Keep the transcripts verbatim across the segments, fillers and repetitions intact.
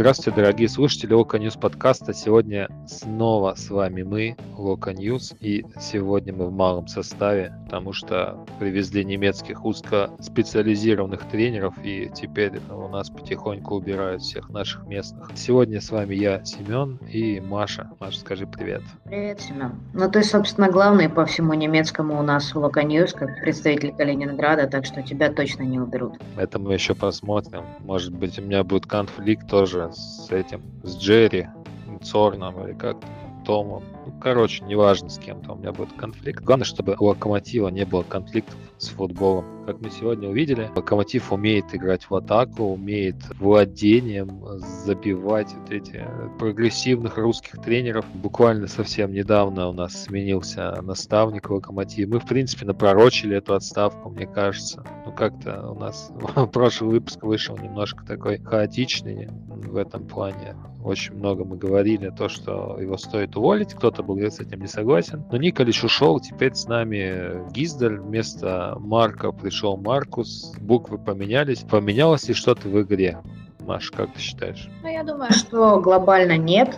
Здравствуйте, дорогие слушатели Лока Ньюс подкаста. Сегодня снова с вами мы, Лока Ньюс, и сегодня мы в малом составе, потому что привезли немецких узкоспециализированных тренеров, и теперь у нас потихоньку убирают всех наших местных. Сегодня с вами я, Семен, и Маша. Маша, скажи привет. Привет, Семен. Ну, ты, собственно, главный по всему немецкому у нас в Лока Ньюс, как представитель Калининграда, так что тебя точно не уберут. Это мы еще посмотрим. Может быть, у меня будет конфликт тоже с этим, с Джерри, Цорном или как Томом. Ну, короче, неважно с кем-то у меня будет конфликт. Главное, чтобы у Локомотива не было конфликтов с футболом. Как мы сегодня увидели, Локомотив умеет играть в атаку, умеет владением забивать вот эти прогрессивных русских тренеров. Буквально совсем недавно у нас сменился наставник Локомотива. Мы, в принципе, напророчили эту отставку, мне кажется. Ну, как-то у нас прошлый выпуск вышел немножко такой хаотичный в этом плане. Очень много мы говорили то, что его стоит уволить. Кто-то был с этим не согласен. Но Николич ушел. Теперь с нами Гиздель. Вместо Марка пришел Маркус. Буквы поменялись. Поменялось ли что-то в игре? Маш, как ты считаешь? Ну, я думаю, что глобально нет,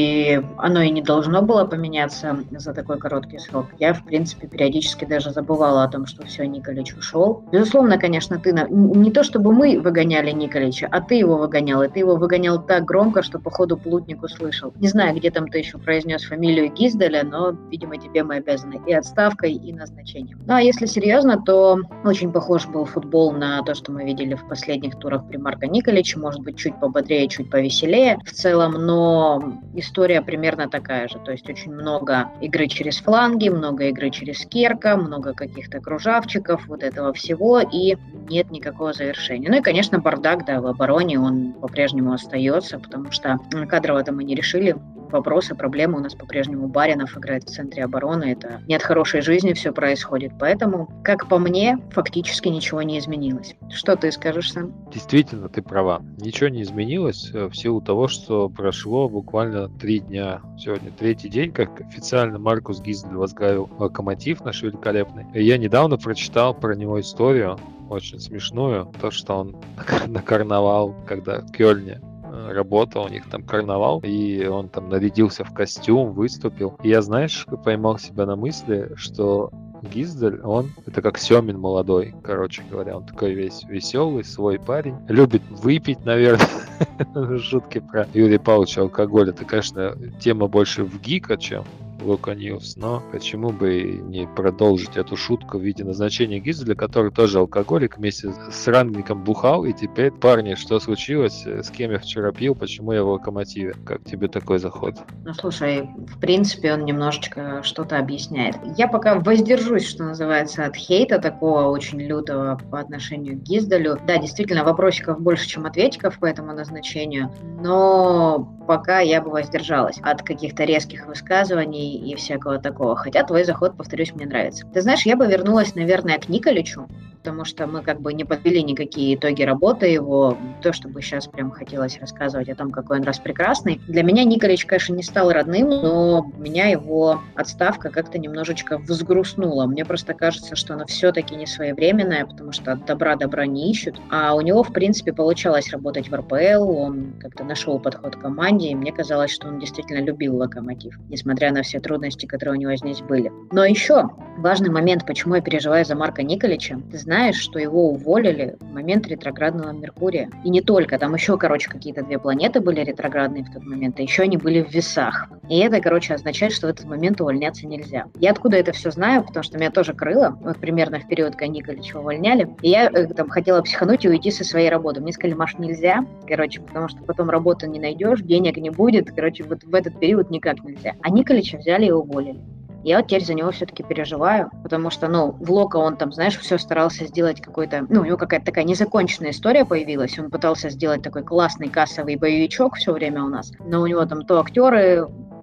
и оно и не должно было поменяться за такой короткий срок. Я, в принципе, периодически даже забывала о том, что все, Николич ушел. Безусловно, конечно, ты... На... Не то, чтобы мы выгоняли Николича, а ты его выгонял, и ты его выгонял так громко, что, походу, Плутник услышал. Не знаю, где там ты еще произнес фамилию Гизделя, но, видимо, тебе мы обязаны и отставкой, и назначением. Ну, а если серьезно, то очень похож был футбол на то, что мы видели в последних турах при Марко Николиче. Может быть, чуть пободрее, чуть повеселее в целом, но история примерно такая же. То есть очень много игры через фланги, много игры через Керка, много каких-то кружавчиков, вот этого всего, и нет никакого завершения. Ну и, конечно, бардак, да, в обороне он по-прежнему остается, потому что кадрово-то мы не решили вопросы, проблемы. У нас по-прежнему Баринов играет в центре обороны. Это не от хорошей жизни все происходит. Поэтому, как по мне, фактически ничего не изменилось. Что ты скажешь сам? Действительно, ты права. Ничего не изменилось в силу того, что прошло буквально три дня. Сегодня третий день, как официально Маркус Гиздель возглавил Локомотив наш великолепный. И я недавно прочитал про него историю, очень смешную. То, что он на карнавал, когда в Кёльне работал, у них там карнавал, и он там нарядился в костюм, выступил. И я, знаешь, поймал себя на мысли, что Гиздель, он, это как Семин молодой, короче говоря, он такой весь веселый, свой парень, любит выпить, наверное. Шутки про Юрия Павловича алкоголь, это, конечно, тема больше в гика, чем Лока Ньюс, но почему бы и не продолжить эту шутку в виде назначения Гизделя, который тоже алкоголик, вместе с Рангником бухал, и теперь, парни, что случилось, с кем я вчера пил, почему я в Локомотиве? Как тебе такой заход? Ну, слушай, в принципе, он немножечко что-то объясняет. Я пока воздержусь, что называется, от хейта такого очень лютого по отношению к Гизделю. Да, действительно, вопросиков больше, чем ответиков по этому назначению, но пока я бы воздержалась от каких-то резких высказываний и всякого такого. Хотя твой заход, повторюсь, мне нравится. Ты знаешь, я бы вернулась, наверное, к Николичу, потому что мы как бы не подвели никакие итоги работы его. То, чтобы сейчас прям хотелось рассказывать о том, какой он раз прекрасный. Для меня Николич, конечно, не стал родным, но меня его отставка как-то немножечко взгрустнула. Мне просто кажется, что она все-таки не своевременная, потому что от добра добра не ищут. А у него, в принципе, получалось работать в эр пэ эл, он как-то нашел подход к команде, и мне казалось, что он действительно любил Локомотив, несмотря на все трудности, которые у него здесь были. Но еще важный момент, почему я переживаю за Марка Николича. Ты знаешь, что его уволили в момент ретроградного Меркурия. И не только, там еще, короче, какие-то две планеты были ретроградные в тот момент, а еще они были в весах. И это, короче, означает, что в этот момент увольняться нельзя. Я откуда это все знаю, потому что меня тоже крыло, вот примерно в период, когда Николича увольняли, и я э, там хотела психануть и уйти со своей работы. Мне сказали, Маш, нельзя, короче, потому что потом работы не найдешь, денег не будет, короче, вот в этот период никак нельзя. А Николича взяли и уволили. Я вот теперь за него все-таки переживаю, потому что, ну, в Локо он там, знаешь, все старался сделать какой-то, ну, у него какая-то такая незаконченная история появилась, он пытался сделать такой классный кассовый боевичок все время у нас, но у него там то актеры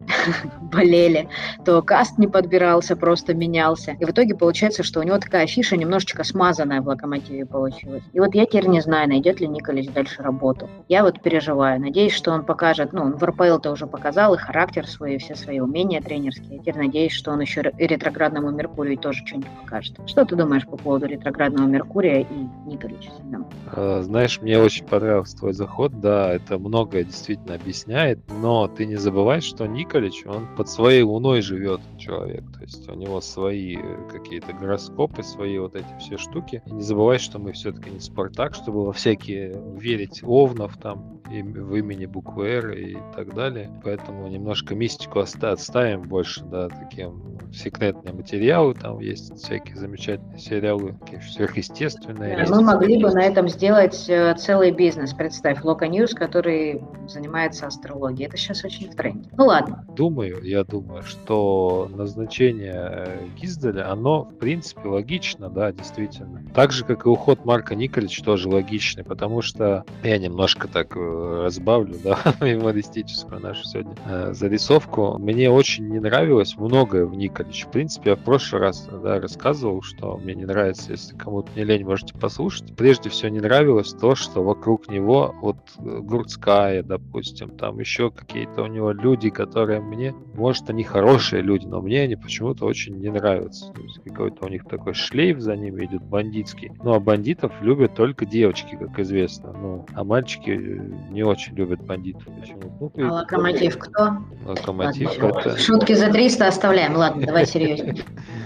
болели, то каст не подбирался, просто менялся. И в итоге получается, что у него такая афиша немножечко смазанная в Локомотиве получилась. И вот я теперь не знаю, найдет ли Николич дальше работу. Я вот переживаю. Надеюсь, что он покажет, ну, он в эр пэ эл-то уже показал и характер свой, и все свои умения тренерские. Я теперь надеюсь, что он еще и ретроградному Меркурию тоже что-нибудь покажет. Что ты думаешь по поводу ретроградного Меркурия и Николича? Знаешь, мне очень понравился твой заход. Да, это многое действительно объясняет, но ты не забывай, что Николич, он под своей луной живет, человек. То есть у него свои какие-то гороскопы, свои вот эти все штуки. И не забывай, что мы все-таки не Спартак, чтобы во всякие верить овнов там, и в имени буквы Р и так далее. Поэтому немножко мистику отставим больше, да, таким секретные материалы. Там есть всякие замечательные сериалы, такие сверхъестественные. Да, мы могли бы на этом сделать целый бизнес. Представь, Лока Ньюс, который занимается астрологией. Это сейчас очень в тренде. Ну ладно. Думаю, я думаю, что назначение Гизделя, оно в принципе логично, да, действительно. Так же, как и уход Марка Николича тоже логичный, потому что я немножко так разбавлю, да, юмористическую нашу сегодня э, зарисовку. Мне очень не нравилось многое в Николиче. В принципе, я в прошлый раз, да, рассказывал, что мне не нравится, если кому-то не лень, можете послушать. Прежде всего не нравилось то, что вокруг него вот Гурцкая, допустим, там еще какие-то у него люди, которые мне, может, они хорошие люди, но мне они почему-то очень не нравятся. То есть какой-то у них такой шлейф за ними идет бандитский. Ну, а бандитов любят только девочки, как известно. Ну, а мальчики не очень любят бандитов. Почему? Ну, а Локомотив кто? Локомотив Ладно, это... Шутки за триста оставляем. Ладно, давай серьезнее.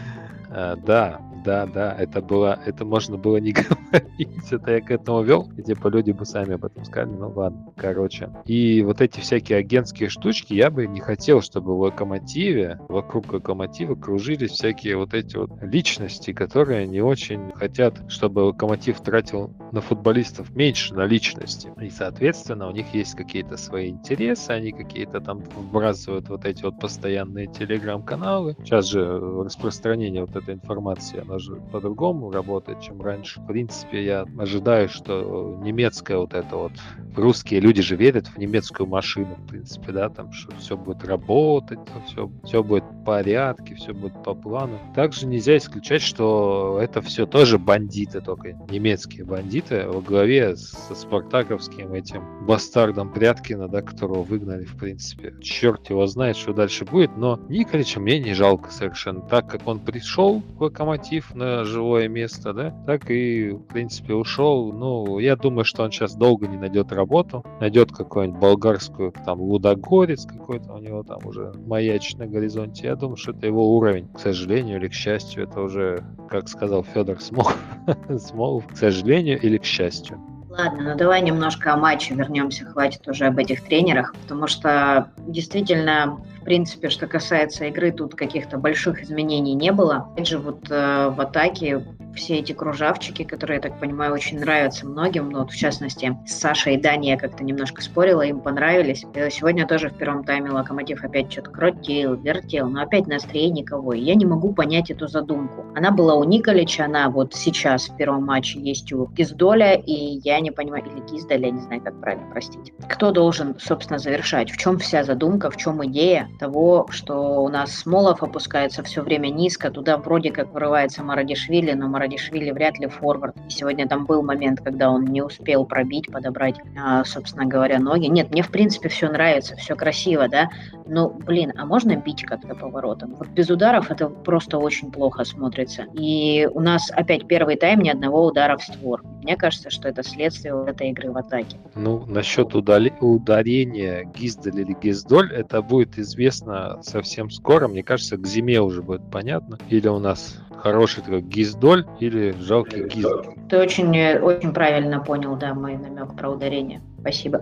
Да, да, да, это было, это можно было не говорить, это я к этому вел, и типа люди бы сами об этом сказали, ну ладно, короче. И вот эти всякие агентские штучки, я бы не хотел, чтобы в Локомотиве, вокруг Локомотива кружились всякие вот эти вот личности, которые не очень хотят, чтобы Локомотив тратил на футболистов меньше на личности. И, соответственно, у них есть какие-то свои интересы, они какие-то там вбрасывают вот эти вот постоянные телеграм-каналы. Сейчас же распространение вот этой информации, она же по-другому работает, чем раньше. В принципе, я ожидаю, что немецкая вот это вот... Русские люди же верят в немецкую машину, в принципе, да, там, что все будет работать, все, все будет в порядке, все будет по плану. Также нельзя исключать, что это все тоже бандиты, только немецкие бандиты во главе со спартаковским этим бастардом Пряткина, да, которого выгнали, в принципе. Черт его знает, что дальше будет, но Николича мне не жалко совершенно. Так как он пришел в Локомотив на живое место, да, так и, в принципе, ушел. Ну, я думаю, что он сейчас долго не найдет работу, найдет какую-нибудь болгарскую, там, Лудогорец какой-то у него там уже маячит на горизонте. Я думаю, что это его уровень. К сожалению или к счастью, это уже, как сказал Федор Смолов, Смолов, к сожалению или к счастью. Ладно, ну давай немножко о матче вернемся, хватит уже об этих тренерах, потому что действительно, в принципе, что касается игры, тут каких-то больших изменений не было. Опять же, вот э, в атаке все эти кружавчики, которые, я так понимаю, очень нравятся многим, ну, вот в частности, с Сашей и Даней я как-то немножко спорила, им понравились. И сегодня тоже в первом тайме Локомотив опять что-то крутил, вертел, но опять на острие никого. И я не могу понять эту задумку. Она была у Николича, она вот сейчас в первом матче есть у Гиздоля, и я не понимаю, или Гиздаля, я не знаю, как правильно, простите. Кто должен, собственно, завершать? В чем вся задумка, в чем идея того, что у нас Смолов опускается все время низко, туда вроде как вырывается Марадишвили, но Марадишвили вряд ли форвард. И сегодня там был момент, когда он не успел пробить, подобрать, собственно говоря, ноги. Нет, мне в принципе все нравится, все красиво, да, но, блин, а можно бить как-то по воротам? Вот без ударов это просто очень плохо смотрится. И у нас опять первый тайм, ни одного удара в створ. Мне кажется, что это следствие этой игры в атаке. Ну, насчет удали... ударения Гиздель или Гиздоль, это будет известно совсем скоро. Мне кажется, к зиме уже будет понятно. Или у нас хороший такой Гиздоль, или жалкий Гиздель. Ты очень, очень правильно понял, да, мой намек про ударение. Спасибо.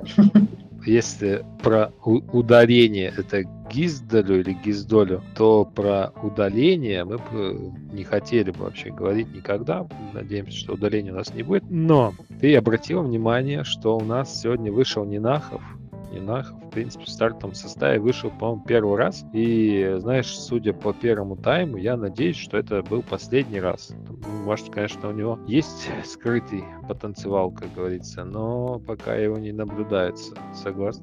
Если про ударение это Гиздолю или Гиздолю, то про удаление мы бы не хотели бы вообще говорить никогда. Надеемся, что удаления у нас не будет. Но ты обратил внимание, что у нас сегодня вышел Нинахов. Нинахов, в принципе, в стартовом составе вышел, по-моему, первый раз. И, знаешь, судя по первому тайму, я надеюсь, что это был последний раз. Может, конечно, у него есть скрытый потенциал, как говорится, но пока его не наблюдается. Согласна?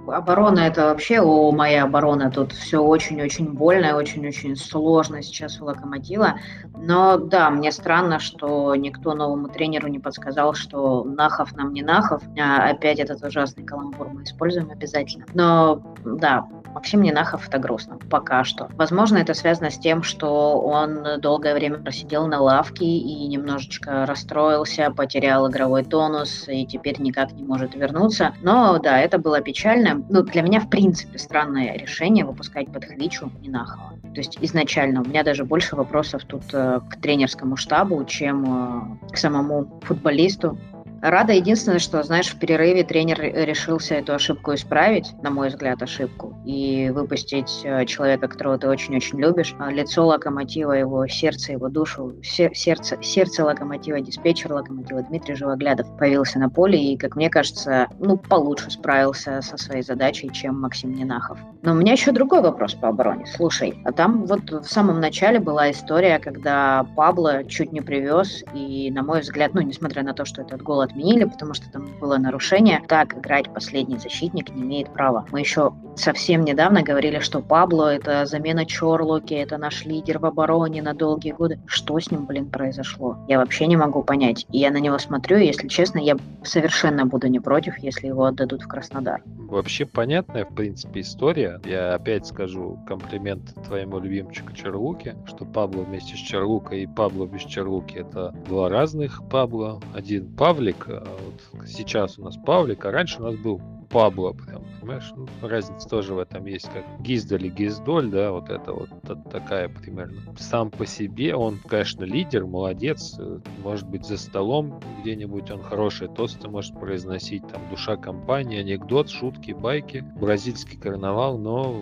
Оборона — это вообще, о, моя оборона, тут все очень-очень больно, очень-очень сложно сейчас у Локомотива. Но да, мне странно, что никто новому тренеру не подсказал, что Нахов нам не Нахов. А, опять этот ужасный каламбур мы используем обязательно. Но да, Максим Нинахов — это грустно, пока что. Возможно, это связано с тем, что он долгое время просидел на лавке и немножечко расстроился, потерял игровой тонус и теперь никак не может вернуться. Но да, это было печально. Ну, для меня, в принципе, странное решение выпускать под Хвичу Нинахова. То есть изначально у меня даже больше вопросов тут э, к тренерскому штабу, чем э, к самому футболисту. Рада единственное, что, знаешь, в перерыве тренер решился эту ошибку исправить, на мой взгляд, ошибку, и выпустить э, человека, которого ты очень-очень любишь. А лицо Локомотива, его сердце, его душу, сер- сердце, сердце Локомотива, диспетчер Локомотива Дмитрий Живоглядов появился на поле и, как мне кажется, ну, получше справился со своей задачей, чем Максим Нинахов. Но у меня еще другой вопрос по обороне. Слушай, а там вот в самом начале была история, когда Пабло чуть не привез, и, на мой взгляд, ну, несмотря на то, что этот гол отменили, потому что там было нарушение, так играть последний защитник не имеет права. Мы еще совсем недавно говорили, что Пабло — это замена Чорлоки, это наш лидер в обороне на долгие годы. Что с ним, блин, произошло? Я вообще не могу понять. И я на него смотрю, и, если честно, я совершенно буду не против, если его отдадут в Краснодар. Вообще понятная, в принципе, история. Я опять скажу комплимент твоему любимчику Черлуке, что Пабло вместе с Черлукой и Пабло без Черлуки — это два разных Пабло. Один Павлик, а вот сейчас у нас Павлик, а раньше у нас был Пабло, прям, понимаешь? Ну, разница тоже в этом есть, как Гиздаль и Гиздоль, да, вот это вот такая примерно. Сам по себе он, конечно, лидер, молодец, может быть, за столом где-нибудь он хорошие тосты может произносить, там, душа компании, анекдот, шутки, байки, бразильский карнавал, но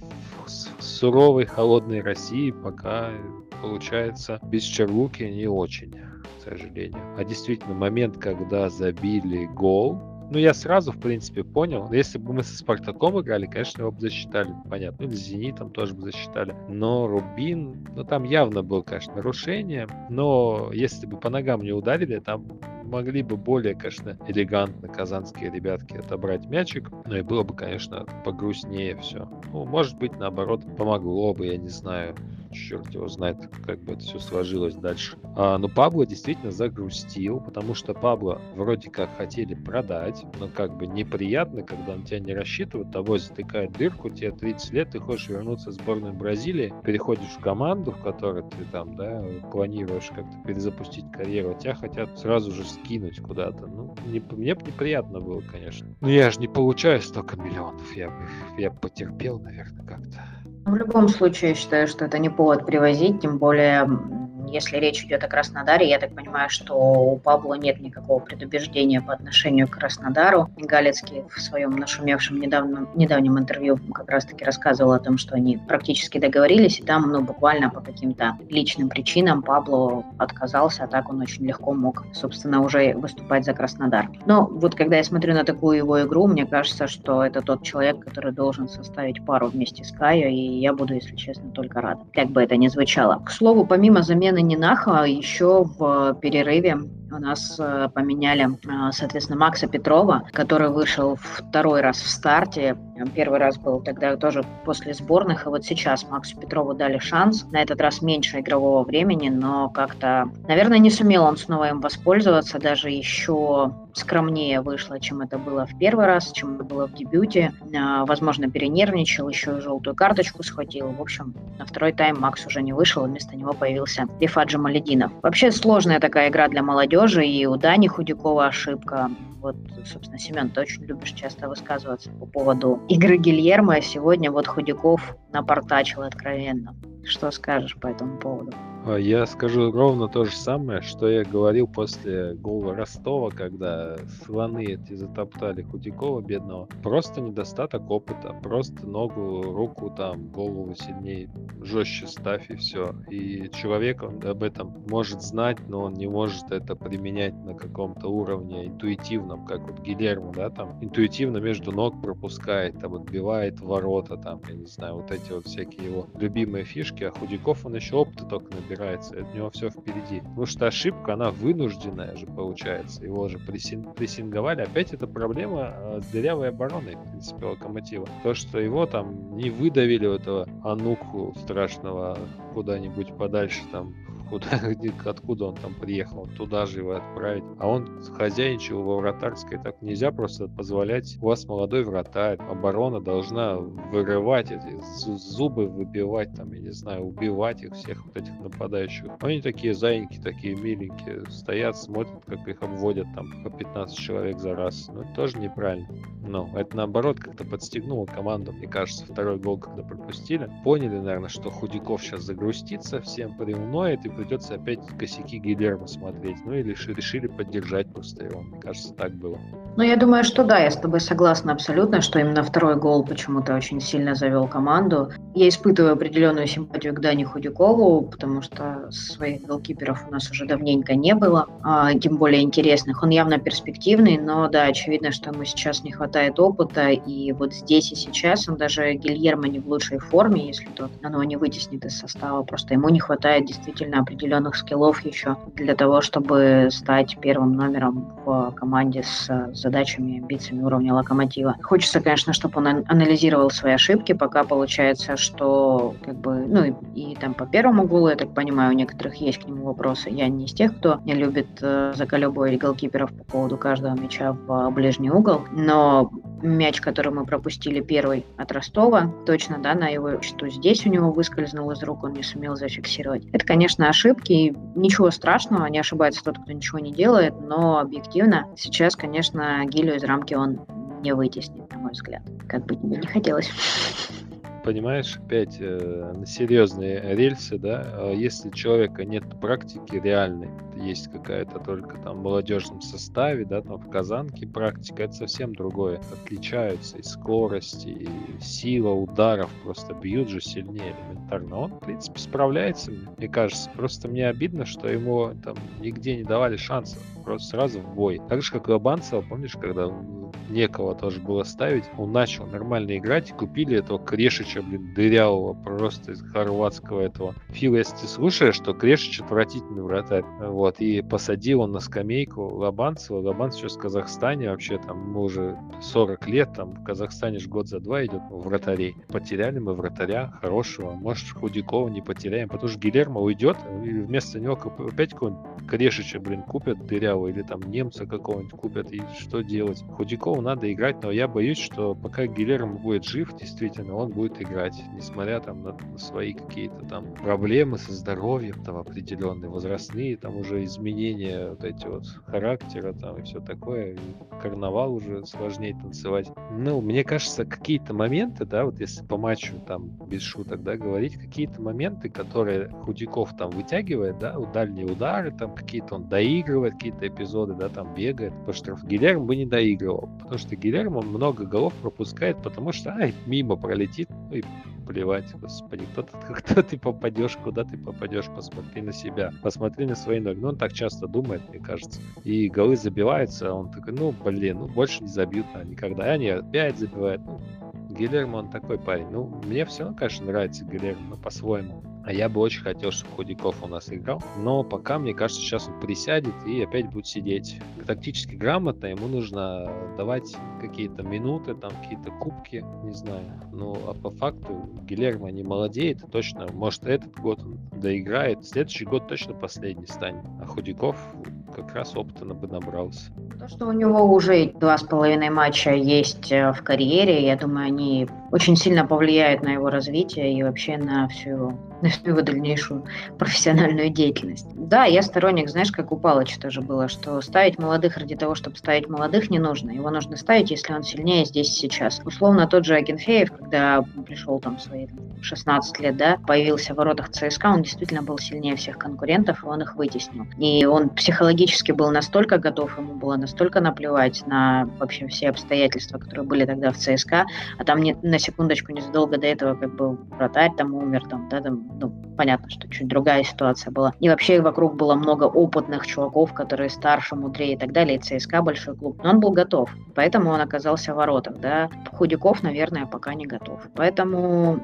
в суровой, холодной России пока получается без Черлуки не очень, к сожалению. А действительно, момент, когда забили гол, ну, я сразу, в принципе, понял. Если бы мы со Спартаком играли, конечно, его бы засчитали, понятно. Или с Зенитом тоже бы засчитали. Но Рубин, ну, там явно было, конечно, нарушение. Но если бы по ногам не ударили, там могли бы более, конечно, элегантно казанские ребятки отобрать мячик. Ну, и было бы, конечно, погрустнее все. Ну, может быть, наоборот, помогло бы, я не знаю. Черт его знает, как бы это все сложилось дальше. А, но Пабло действительно загрустил, потому что Пабло вроде как хотели продать, но как бы неприятно, когда на тебя не рассчитывают, тобой затыкает дырку, тебе тридцать лет, ты хочешь вернуться в сборную Бразилии, переходишь в команду, в которой ты там, да, планируешь как-то перезапустить карьеру, тебя хотят сразу же скинуть куда-то. Ну, не, мне бы неприятно было, конечно. Но я же не получаю столько миллионов, я бы, я бы потерпел, наверное, как-то. В любом случае, я считаю, что это не повод привозить, тем более, если речь идет о Краснодаре, я так понимаю, что у Пабло нет никакого предубеждения по отношению к Краснодару. Галицкий в своем нашумевшем недавнем, недавнем интервью как раз-таки рассказывал о том, что они практически договорились, и там, ну, буквально по каким-то личным причинам Пабло отказался, а так он очень легко мог, собственно, уже выступать за Краснодар. Но вот когда я смотрю на такую его игру, мне кажется, что это тот человек, который должен составить пару вместе с Кайо, и я буду, если честно, только рада, как бы это ни звучало. К слову, помимо замены Нинахова, еще в перерыве у нас э, поменяли, э, соответственно, Макса Петрова, который вышел второй раз в старте. Первый раз был тогда тоже после сборных, и вот сейчас Максу Петрову дали шанс. На этот раз меньше игрового времени, но как-то, наверное, не сумел он снова им воспользоваться, даже еще скромнее вышло, чем это было в первый раз, чем это было в дебюте. Э, возможно, перенервничал, еще и желтую карточку схватил. В общем, на второй тайм Макс уже не вышел, и вместо него появился Рифат Джамалединов. Вообще сложная такая игра для молодежи, и у Дани Худякова ошибка. Вот, собственно, Семен, ты очень любишь часто высказываться по поводу игры Гильермо, а сегодня вот Худяков напортачил откровенно. Что скажешь по этому поводу? Я скажу ровно то же самое, что я говорил после гола Ростова, когда слоны эти затоптали Худякова бедного. Просто недостаток опыта, просто ногу, руку, там, голову сильнее, жестче ставь и все. И человек, он об этом может знать, но он не может это применять на каком-то уровне интуитивном, как вот Гильермо, да, там, интуитивно между ног пропускает, там, отбивает ворота, там, я не знаю, вот эти вот всякие его любимые фишки. фишки, а Худяков, он еще опыта только набирается, у него все впереди. Потому что ошибка, она вынужденная же получается. Его же прессин- прессинговали. Опять эта проблема э, с дырявой обороной, в принципе, Локомотива. То, что его там не выдавили, этого Ануку страшного, куда-нибудь подальше там, куда, где, откуда он там приехал, туда же его отправить. А он хозяйничал во вратарской, так нельзя просто позволять. У вас молодой вратарь, оборона должна вырывать эти зу- зубы, выбивать там, я не знаю, убивать их всех вот этих нападающих. Они такие зайеньки, такие миленькие, стоят, смотрят, как их обводят там по пятнадцать человек за раз. Ну, это тоже неправильно. Но это наоборот как-то подстегнуло команду, мне кажется, второй гол, когда пропустили. Поняли, наверное, что Худяков сейчас загрустится, всем приуноет, и придется опять косяки Гильермо смотреть. Ну или решили поддержать просто его. Мне кажется, так было. Ну, я думаю, что да, я с тобой согласна абсолютно, что именно второй гол почему-то очень сильно завел команду. Я испытываю определенную симпатию к Дане Худякову, потому что своих голкиперов у нас уже давненько не было, а, тем более интересных. Он явно перспективный, но да, очевидно, что ему сейчас не хватает опыта, и вот здесь и сейчас он даже Гильермо не в лучшей форме, если тот оно не вытеснит из состава, просто ему не хватает действительно определенных скиллов еще для того, чтобы стать первым номером в команде с задачами и амбициями уровня Локомотива. Хочется, конечно, чтобы он анализировал свои ошибки, пока получается, что как бы, ну и, и там по первому голу, я так понимаю, у некоторых есть к нему вопросы. Я не из тех, кто не любит э, заколебывать голкиперов по поводу каждого мяча в ближний угол, но мяч, который мы пропустили первый от Ростова, точно, да, на его, что здесь у него выскользнул из рук, он не сумел зафиксировать. Это, конечно, ошибки, ничего страшного, не ошибается тот, кто ничего не делает, но объективно сейчас, конечно, Гилю из рамки он не вытеснит, на мой взгляд. Как бы тебе не хотелось. Понимаешь, опять э, на серьезные рельсы, да, а если у человека нет практики реальной, есть какая-то только там в молодежном составе, да, там в Казанке практика, это совсем другое. Отличаются и скорость, и сила ударов, просто бьют же сильнее элементарно. Он, в принципе, справляется, мне кажется. Просто мне обидно, что ему там нигде не давали шанса, просто сразу в бой. Так же, как и Лобанцева, помнишь, когда некого тоже было ставить, он начал нормально играть, и купили этого Крешича, блин, дырявого, просто из хорватского этого. Фил, если ты слушаешь, что Крешич отвратительный вратарь, вот, и посадил он на скамейку Лобанцева. Лобанцев сейчас в Казахстане, вообще там, ему уже сорок лет, там, в Казахстане же год за два идет вратарей. Потеряли мы вратаря хорошего, может, Худякова не потеряем, потому что Гильермо уйдет, и вместо него опять какого-нибудь Крешича, блин, купят дырявого, или там немца какого-нибудь купят, и что делать? Худякову надо играть, но я боюсь, что пока Гильермо будет жив, действительно, он будет играть, несмотря там на, на свои какие-то там проблемы со здоровьем, там определенные, возрастные, там уже изменения вот эти вот характера там и все такое, и карнавал уже сложнее танцевать. Ну, мне кажется, какие-то моменты, да, вот если по матчу там без шуток, да, говорить, какие-то моменты, которые Худяков там вытягивает, да, вот дальние удары, там какие-то он доигрывает, какие-то эпизоды, да, там бегает, потому что Гильермо бы не доигрывал, потому что Гильермо много голов пропускает, потому что, ай, мимо пролетит, ну и плевать, господи, кто ты, кто ты попадешь, куда ты попадешь, посмотри на себя, посмотри на свои ноги. Ну, он так часто думает, мне кажется. И голы забиваются, а он такой, ну, блин, ну, больше не забьют, а никогда. И они опять забивают. Ну, Гильермо, он такой парень. Ну, мне все равно, конечно, нравится Гильермо, но по-своему. А я бы очень хотел, чтобы Худяков у нас играл. Но пока, мне кажется, сейчас он присядет и опять будет сидеть. Тактически грамотно ему нужно давать какие-то минуты, там какие-то кубки, не знаю. Ну, а по факту Гильермо не молодеет, точно. Может, этот год он доиграет, следующий год точно последний станет. А Худяков как раз опыта бы набрался. То, что у него уже два с половиной матча есть в карьере, я думаю, они очень сильно повлияют на его развитие и вообще на всю его, на всю его дальнейшую профессиональную деятельность. Да, я сторонник, знаешь, как у Палыча тоже было, что ставить молодых ради того, чтобы ставить молодых, не нужно. Его нужно ставить, если он сильнее здесь и сейчас. Условно, тот же Акинфеев, когда пришел там в свои шестнадцать лет, да, появился в воротах ЦСКА, он действительно был сильнее всех конкурентов, и он их вытеснил. И он психологически был настолько готов, ему было настолько наплевать на вообще все обстоятельства, которые были тогда в ЦСКА, а там не, на секундочку незадолго до этого как бы вратарь там умер, там, да, там, ну, понятно, что чуть другая ситуация была. И вообще вокруг было много опытных чуваков, которые старше, мудрее и так далее, и ЦСКА большой клуб. Но он был готов, поэтому он оказался в воротах, да. Худяков, наверное, пока не готов. Поэтому, наверное,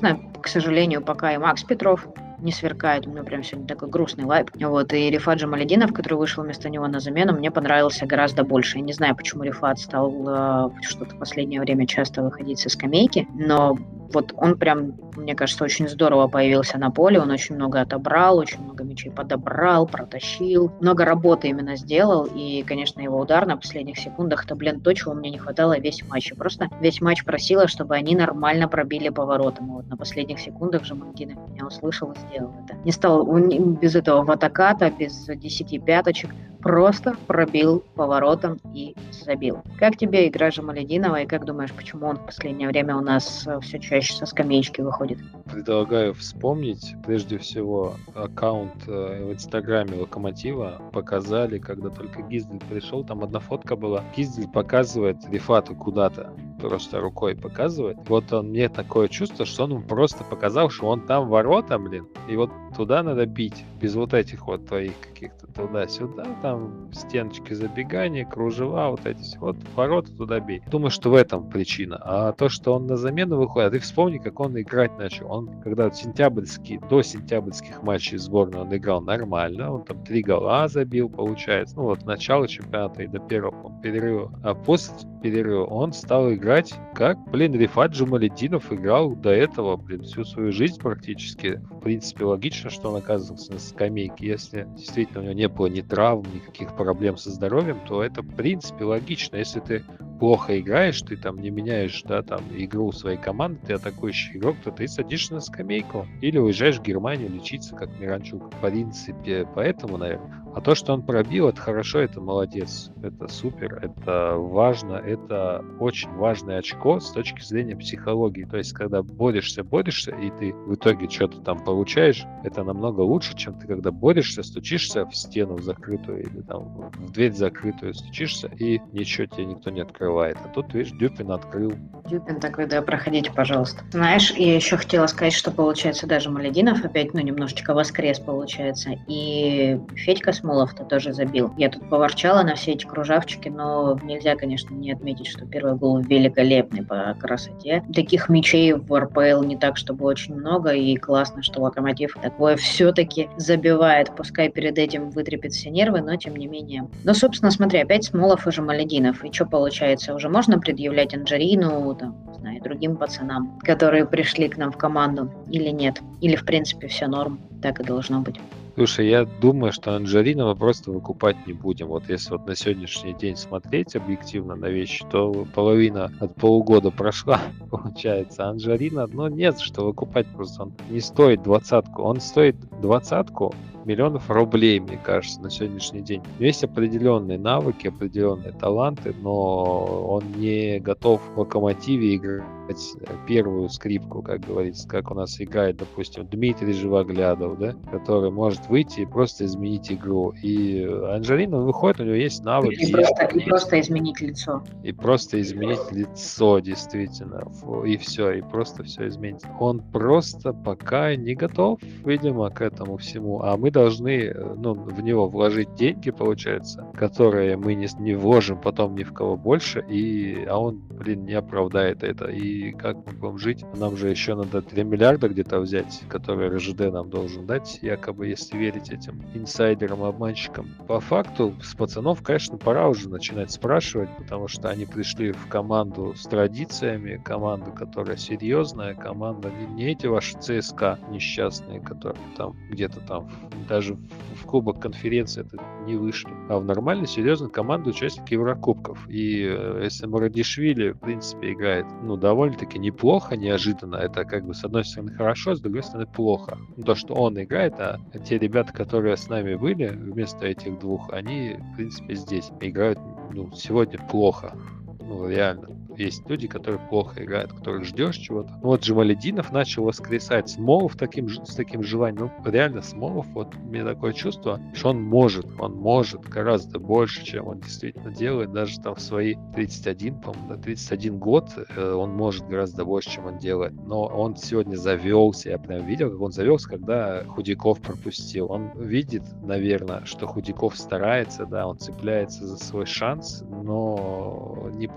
Грустно, к сожалению, пока и Макс Петров не сверкает. У меня прям сегодня такой грустный вайб. Вот, и Рифат Джамалединов, который вышел вместо него на замену, мне понравился гораздо больше. Я не знаю, почему Рифат стал э, что-то в последнее время часто выходить со скамейки, но вот он прям, мне кажется, очень здорово появился на поле, он очень много отобрал, очень много мячей подобрал, протащил, много работы именно сделал, и, конечно, его удар на последних секундах, это, блин, то, чего мне не хватало весь матч. И просто весь матч просила, чтобы они нормально пробили поворотом. И вот на последних секундах же Мангинов меня услышал и сделал это. Не стал он без этого ватаката, без десяти пяточек, просто пробил поворотом и забил. Как тебе игра Джамалединова, и как думаешь, почему он в последнее время у нас все чаще со скамеечки выходит? Предлагаю вспомнить, прежде всего, аккаунт э, в инстаграме Локомотива показали, когда только Гиздель пришел, там одна фотка была. Гиздель показывает Рифату куда-то, просто рукой показывает. Вот он, мне такое чувство, что он ему просто показал, что он там ворота, блин, и вот туда надо бить, без вот этих вот твоих каких-то туда-сюда, там стеночки забегания, кружева, вот эти все, вот ворота туда бей. Думаю, что в этом причина. А то, что он на замену выходит, а ты вспомни, как он играть начал. Он, когда сентябрьский, до сентябрьских матчей сборной он играл нормально, он там три гола забил, получается, ну вот начало чемпионата и до первого перерыва. А после перерыва он стал играть как, блин, Рифат Джамалединов играл до этого, блин, всю свою жизнь практически. В принципе, логично, что он оказывался на скамейке. Если действительно у него не было ни травм, никаких проблем со здоровьем, то это, в принципе, логично. Если ты плохо играешь, ты там не меняешь, да, там, игру своей команды, ты атакующий игрок, то ты садишься на скамейку или уезжаешь в Германию лечиться, как Миранчук. В принципе, поэтому, наверное. А то, что он пробил, это хорошо, это молодец, это супер, это важно, это очень важное очко с точки зрения психологии. То есть, когда борешься, борешься, и ты в итоге что-то там получаешь, это намного лучше, чем ты, когда борешься, стучишься в стену закрытую или там в дверь закрытую стучишься, и ничего тебе никто не открывает. А тут, видишь, Дюпин открыл. Дюпин такой, да, проходите, пожалуйста. Знаешь, я еще хотела сказать, что получается даже Малединов опять, ну, немножечко воскрес получается, и Федька Смолов-то тоже забил. Я тут поворчала на все эти кружавчики, но нельзя, конечно, не отметить, что первый гол великолепный по красоте. Таких мячей в эр пэ эл не так, чтобы очень много, и классно, что Локомотив такое все-таки забивает. Пускай перед этим вытрепет все нервы, но тем не менее. Ну, собственно, смотри, опять Смолов и же Малединов. И что получается? Уже можно предъявлять Анджарину, там, не знаю, и другим пацанам, которые пришли к нам в команду, или нет? Или, в принципе, все норм, так и должно быть. Слушай, я думаю, что Анджаринова просто выкупать не будем. Вот если вот на сегодняшний день смотреть объективно на вещи, то половина от полугода прошла, получается. Анджарина, ну, нет, что выкупать просто. Он не стоит двадцатку. Он стоит двадцатку миллионов рублей, мне кажется, на сегодняшний день. Есть определенные навыки, определенные таланты, но он не готов в Локомотиве играть первую скрипку, как говорится, как у нас играет, допустим, Дмитрий Живоглядов, да, который может выйти и просто изменить игру. И Анджарина выходит, у него есть навык. И, просто, и просто изменить лицо. И просто изменить лицо, действительно. И все, и просто все изменить. Он просто пока не готов, видимо, к этому всему. А мы должны, ну, в него вложить деньги, получается, которые мы не, не вложим потом ни в кого больше, и, а он, блин, не оправдает это. И как мы будем жить? Нам же еще надо три миллиарда где-то взять, которые эр жэ дэ нам должен дать, якобы, если верить этим инсайдерам, обманщикам. По факту, с пацанов, конечно, пора уже начинать спрашивать, потому что они пришли в команду с традициями, команду, которая серьезная, команда, не, не эти ваши цэ эс ка несчастные, которые там где-то там даже в Кубок конференции это не вышли, а в нормальной, серьезной команду участники Еврокубков. И э, если Марадишвили, в принципе, играет, ну, довольно-таки неплохо, неожиданно, это как бы с одной стороны хорошо, с другой стороны плохо. Ну, то, что он играет, а те ребята, которые с нами были, вместо этих двух, они, в принципе, здесь играют, ну, сегодня плохо. Ну, реально. Есть люди, которые плохо играют, которых ждешь чего-то. Ну, вот Джамалединов начал воскресать. Смолов таким, с таким желанием. Ну, реально, Смолов, вот у меня такое чувство, что он может, он может гораздо больше, чем он действительно делает. Даже там в свои тридцать один, по-моему, да, тридцать один год э, он может гораздо больше, чем он делает. Но он сегодня завелся. Я прям видел, как он завелся, когда Худяков пропустил. Он видит, наверное, что Худяков старается, да, он цепляется за свой шанс, но не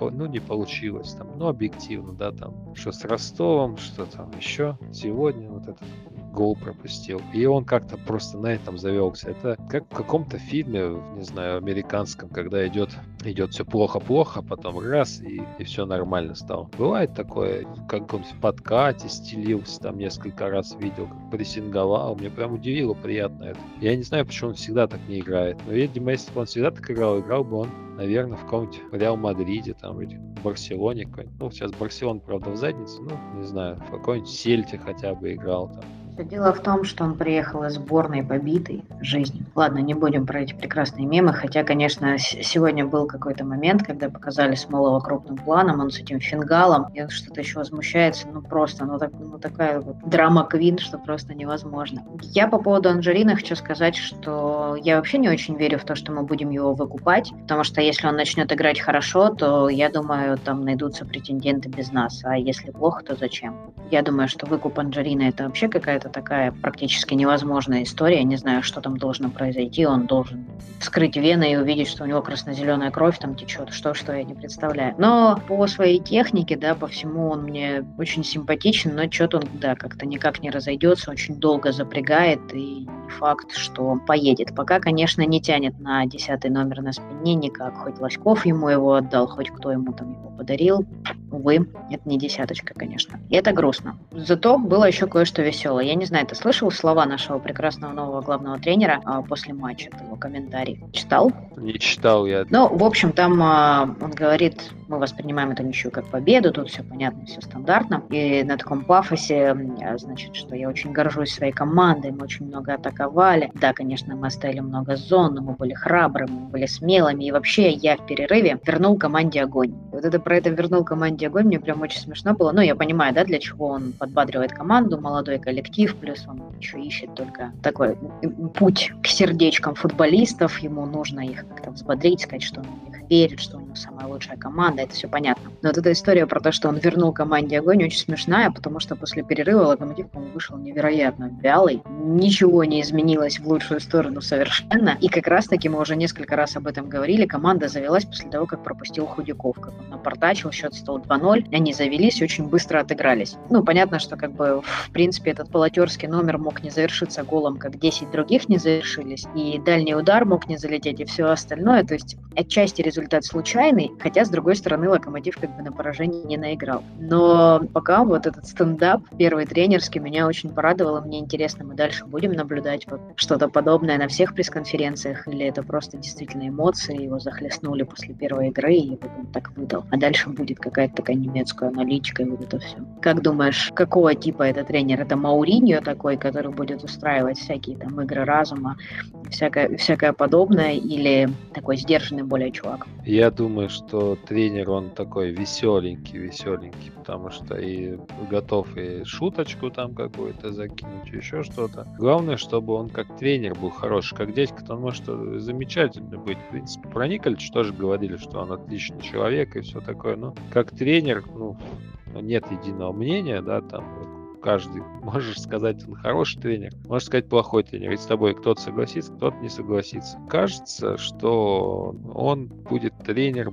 по- ну, не получилось, там, ну, объективно, да, там, что с Ростовом, что там еще, сегодня вот этот гол пропустил. И он как-то просто на этом завелся. Это как в каком-то фильме, не знаю, американском, когда идет, идет все плохо-плохо, потом раз, и, и все нормально стало. Бывает такое, как он в подкате стелился, там несколько раз видел, как прессинговал. Мне прям удивило приятно это. Я не знаю, почему он всегда так не играет. Но, видимо, если бы он всегда так играл, играл бы он, наверное, в каком-нибудь Реал Мадриде, там, или Барселоне какой-нибудь. Ну, сейчас Барселона, правда, в заднице, ну, не знаю, в какой-нибудь Сельте хотя бы играл там. Всё дело в том, что он приехал из сборной побитой жизнью. Ладно, не будем про эти прекрасные мемы, хотя, конечно, с- сегодня был какой-то момент, когда показали Смолова крупным планом, он с этим фингалом, и он что-то еще возмущается, ну просто, ну, так, ну такая вот драма-квин, что просто невозможно. Я по поводу Анжелины хочу сказать, что я вообще не очень верю в то, что мы будем его выкупать, потому что если он начнет играть хорошо, то, я думаю, там найдутся претенденты без нас, а если плохо, то зачем? Я думаю, что выкуп Анжелины это вообще какая-то такая практически невозможная история. Не знаю, что там должно произойти. Он должен вскрыть вены и увидеть, что у него красно-зеленая кровь там течет. Что, что я не представляю. Но по своей технике, да, по всему он мне очень симпатичен, но что-то он, да, как-то никак не разойдется, очень долго запрягает, и не факт, что он поедет. Пока, конечно, не тянет на десятый номер на спине никак. Хоть Лоськов ему его отдал, хоть кто ему там его подарил. Увы, это не десяточка, конечно. И это грустно. Зато было еще кое-что веселое. Я не знаю, ты слышал слова нашего прекрасного нового главного тренера а, после матча, его комментарий? Читал? Не читал я. Ну, в общем, там а, он говорит, мы воспринимаем эту ничью как победу, тут все понятно, все стандартно. И на таком пафосе, а, значит, что я очень горжусь своей командой, мы очень много атаковали. Да, конечно, мы оставили много зон, но мы были храбрыми, мы были смелыми. И вообще я в перерыве вернул команде огонь. И вот это про это вернул команде огонь мне прям очень смешно было. Ну, я понимаю, да, для чего он подбадривает команду, молодой коллектив, плюс он еще ищет только такой путь к сердечкам футболистов, ему нужно их как-то взбодрить, сказать, что он в них верит, что у него самая лучшая команда, это все понятно. Но вот эта история про то, что он вернул команде огонь, очень смешная, потому что после перерыва Локомотив, по-моему, вышел невероятно вялый, ничего не изменилось в лучшую сторону совершенно, и как раз-таки мы уже несколько раз об этом говорили, команда завелась после того, как пропустил Худяков, как он напортачил, счет стал два ноль, они завелись, очень быстро отыгрались. Ну, понятно, что как бы в принципе этот полотерский номер мог не завершиться голом, как десять других не завершились, и дальний удар мог не залететь, и все остальное, то есть отчасти результат случайный, хотя, с другой стороны, Локомотив как бы на поражение не наиграл. Но пока вот этот стендап, первый тренерский, меня очень порадовало, мне интересно, мы дальше будем наблюдать вот что-то подобное на всех пресс-конференциях, или это просто действительно эмоции, его захлестнули после первой игры, и вот он так выдал. А дальше будет какая-то такая немецкая аналитика, и вот это все. Как думаешь, какого типа это тренер? Это Мауриньо такой, который будет устраивать всякие там игры разума, всякое, всякое подобное, или такой сдержанный более чувак? Я думаю, что тренер, он такой веселенький, веселенький, потому что и готов и шуточку там какую-то закинуть, еще что-то. Главное, чтобы он как тренер был хороший, как дядька-то он может замечательно быть. В принципе, про Николича тоже говорили, что он отличный человек и все такое, но как тренер, ну, нет единого мнения, да, там, вот, каждый, можешь сказать, он хороший тренер, можешь сказать, плохой тренер. И с тобой кто-то согласится, кто-то не согласится. Кажется, что он будет тренер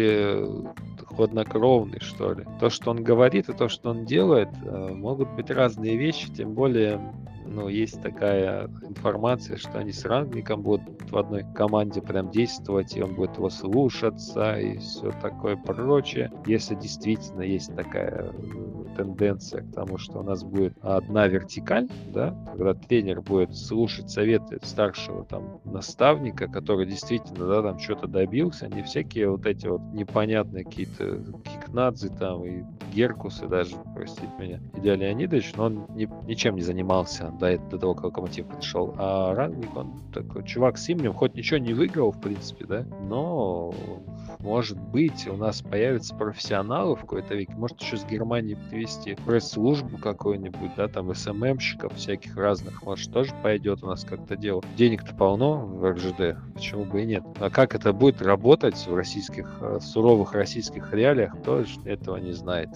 более хладнокровный, что ли. То, что он говорит, и то, что он делает, могут быть разные вещи, тем более, ну, есть такая информация, что они с Рангником будут в одной команде прям действовать, и он будет его слушаться, и все такое прочее. Если действительно есть такая тенденция к тому, что у нас будет одна вертикаль, да, когда тренер будет слушать советы старшего там наставника, который действительно, да, там что-то добился, не всякие вот эти вот непонятные какие-то Кикнадзе там и Геркусы даже, простите меня, Илья Леонидович, но он ни, ничем не занимался до, до того, как Локомотив пришел. А Рангник, он такой чувак с именем, хоть ничего не выиграл, в принципе, да, но может быть у нас появятся профессионалы в какой-то веке, может еще с Германии привезти пресс-службу какую-нибудь, да, там эс эм эм-щиков всяких разных, может тоже пойдет у нас как-то дело. Денег-то полно в эр жэ дэ, почему бы и нет. А как это будет работать в российских, суровых российских реалиях, кто этого не знает.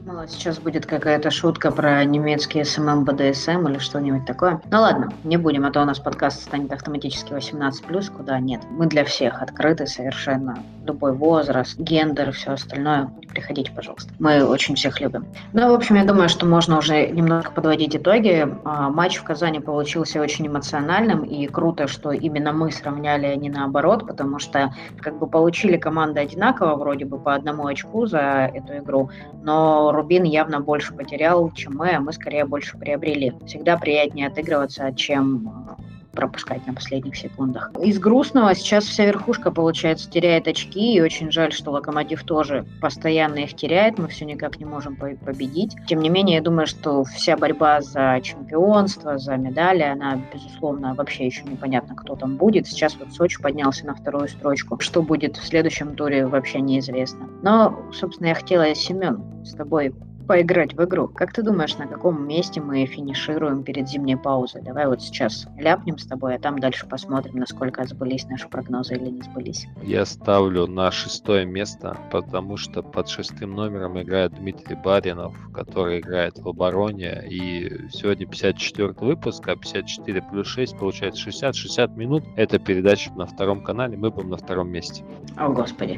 Думала, сейчас будет какая-то шутка про немецкий эс эм эм бэ дэ эс эм или что-нибудь такое. Ну ладно, не будем, а то у нас подкаст станет автоматически восемнадцать плюс, куда нет. Мы для всех открыты совершенно. Любой возраст, гендер и все остальное. Приходите, пожалуйста. Мы очень всех любим. Ну, в общем, я думаю, что можно уже немножко подводить итоги. А, матч в Казани получился очень эмоциональным, и круто, что именно мы сравняли, а не наоборот, потому что как бы получили команды одинаково, вроде бы по одному очку за эту игру, но Рубин явно больше потерял, чем мы, а мы скорее больше приобрели. Всегда приятнее отыгрываться, чем пропускать на последних секундах. Из грустного сейчас вся верхушка, получается, теряет очки, и очень жаль, что Локомотив тоже постоянно их теряет, мы все никак не можем победить. Тем не менее, я думаю, что вся борьба за чемпионство, за медали, она, безусловно, вообще еще непонятно, кто там будет. Сейчас вот Сочи поднялся на вторую строчку. Что будет в следующем туре, вообще неизвестно. Но, собственно, я хотела, Семен, с тобой поиграть в игру. Как ты думаешь, на каком месте мы финишируем перед зимней паузой? Давай вот сейчас ляпнем с тобой, а там дальше посмотрим, насколько сбылись наши прогнозы или не сбылись. Я ставлю на шестое место, потому что под шестым номером играет Дмитрий Баринов, который играет в обороне. И сегодня пятьдесят четвёртый выпуск, а пятьдесят четыре плюс шесть получается шестьдесят. шестьдесят минут. Это передача на втором канале, мы будем на втором месте. О, Господи.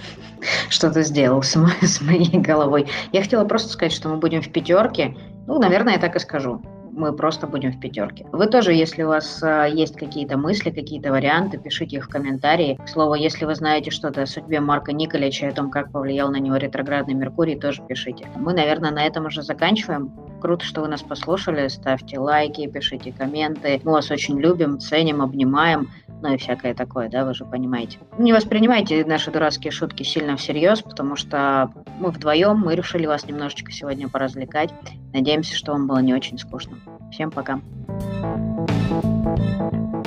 Что ты сделал с, мо- с моей головой? Я хотела просто сказать, что мы будем в пятерке. Ну, наверное, я так и скажу. Мы просто будем в пятерке. Вы тоже, если у вас а, есть какие-то мысли, какие-то варианты, пишите их в комментарии. К слову, если вы знаете что-то о судьбе Марка Николича, о том, как повлиял на него ретроградный Меркурий, тоже пишите. Мы, наверное, на этом уже заканчиваем. Круто, что вы нас послушали. Ставьте лайки, пишите комменты. Мы вас очень любим, ценим, обнимаем. Ну и всякое такое, да, вы же понимаете. Не воспринимайте наши дурацкие шутки сильно всерьез, потому что мы вдвоем, мы решили вас немножечко сегодня поразвлекать. Надеемся, что вам было не очень скучно. Всем пока.